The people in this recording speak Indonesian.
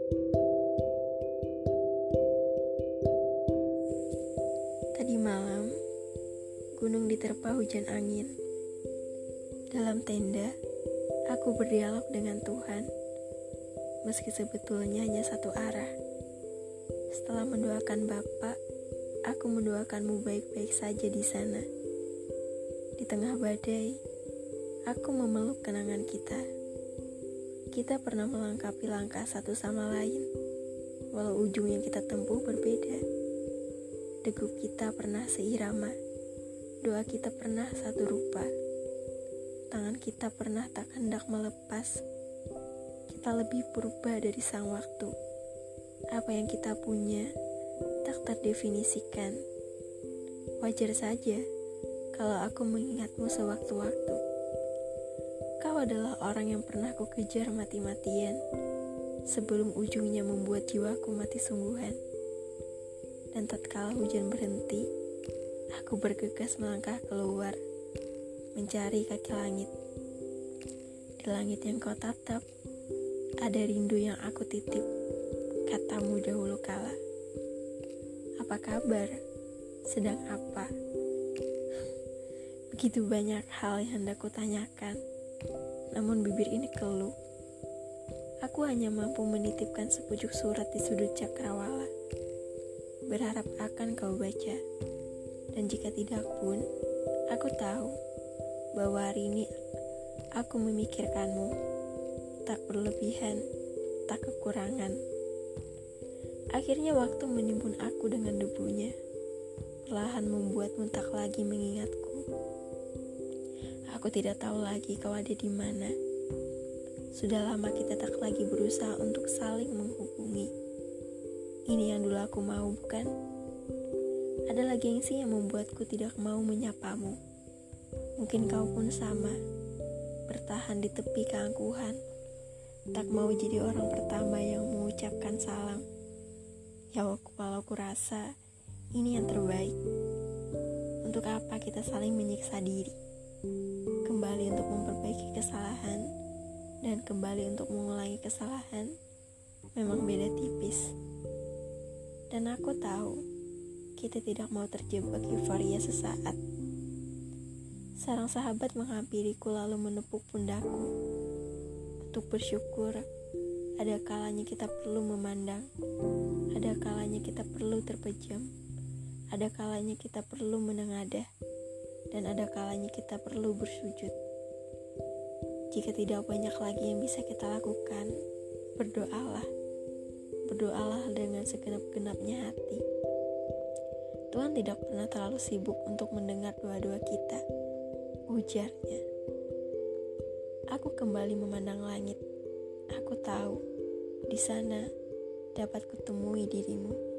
Tadi malam, gunung diterpa hujan angin. Dalam tenda, aku berdialog dengan Tuhan, meski sebetulnya hanya satu arah. Setelah mendoakan Bapa, aku mendoakanmu baik-baik saja di sana. Di tengah badai, aku memeluk kenangan kita. Kita pernah melengkapi langkah satu sama lain, walau ujung yang kita tempuh berbeda. Degup kita pernah seirama, doa kita pernah satu rupa. Tangan kita pernah tak hendak melepas. Kita lebih purba dari sang waktu. Apa yang kita punya tak terdefinisikan. Wajar saja kalau aku mengingatmu sewaktu-waktu. Kau adalah orang yang pernah ku kejar mati-matian sebelum ujungnya membuat jiwaku mati sungguhan. Dan tatkala hujan berhenti, aku bergegas melangkah keluar, mencari kaki langit. Di langit yang kau tatap, ada rindu yang aku titip, katamu dahulu kala. Apa kabar? Sedang apa? Begitu banyak hal yang hendak kutanyakan, namun bibir ini keluh. Aku hanya mampu menitipkan sepucuk surat di sudut cakrawala, berharap akan kau baca. Dan jika tidak pun, aku tahu bahwa hari ini aku memikirkanmu, tak berlebihan, tak kekurangan. Akhirnya waktu menimbun aku dengan debunya, perlahan membuatmu tak lagi mengingatku. Aku tidak tahu lagi kau ada di mana. Sudah lama kita tak lagi berusaha untuk saling menghubungi. Ini yang dulu aku mau, bukan? Adalah gengsi yang membuatku tidak mau menyapamu. Mungkin kau pun sama, bertahan di tepi keangkuhan, tak mau jadi orang pertama yang mengucapkan salam. Ya walau ku rasa ini yang terbaik. Untuk apa kita saling menyiksa diri? Kembali untuk memperbaiki kesalahan dan kembali untuk mengulangi kesalahan memang beda tipis. Dan aku tahu kita tidak mau terjebak euforia sesaat. Seorang sahabat menghampiriku lalu menepuk pundakku. Untuk bersyukur, ada kalanya kita perlu memandang, ada kalanya kita perlu terpejam, ada kalanya kita perlu menengadah, dan ada kalanya kita perlu bersujud. Jika tidak banyak lagi yang bisa kita lakukan, berdoalah. Berdoalah dengan segenap-genapnya hati. Tuhan tidak pernah terlalu sibuk untuk mendengar doa-doa kita, ujarnya. Aku kembali memandang langit. Aku tahu, di sana dapat kutemui dirimu.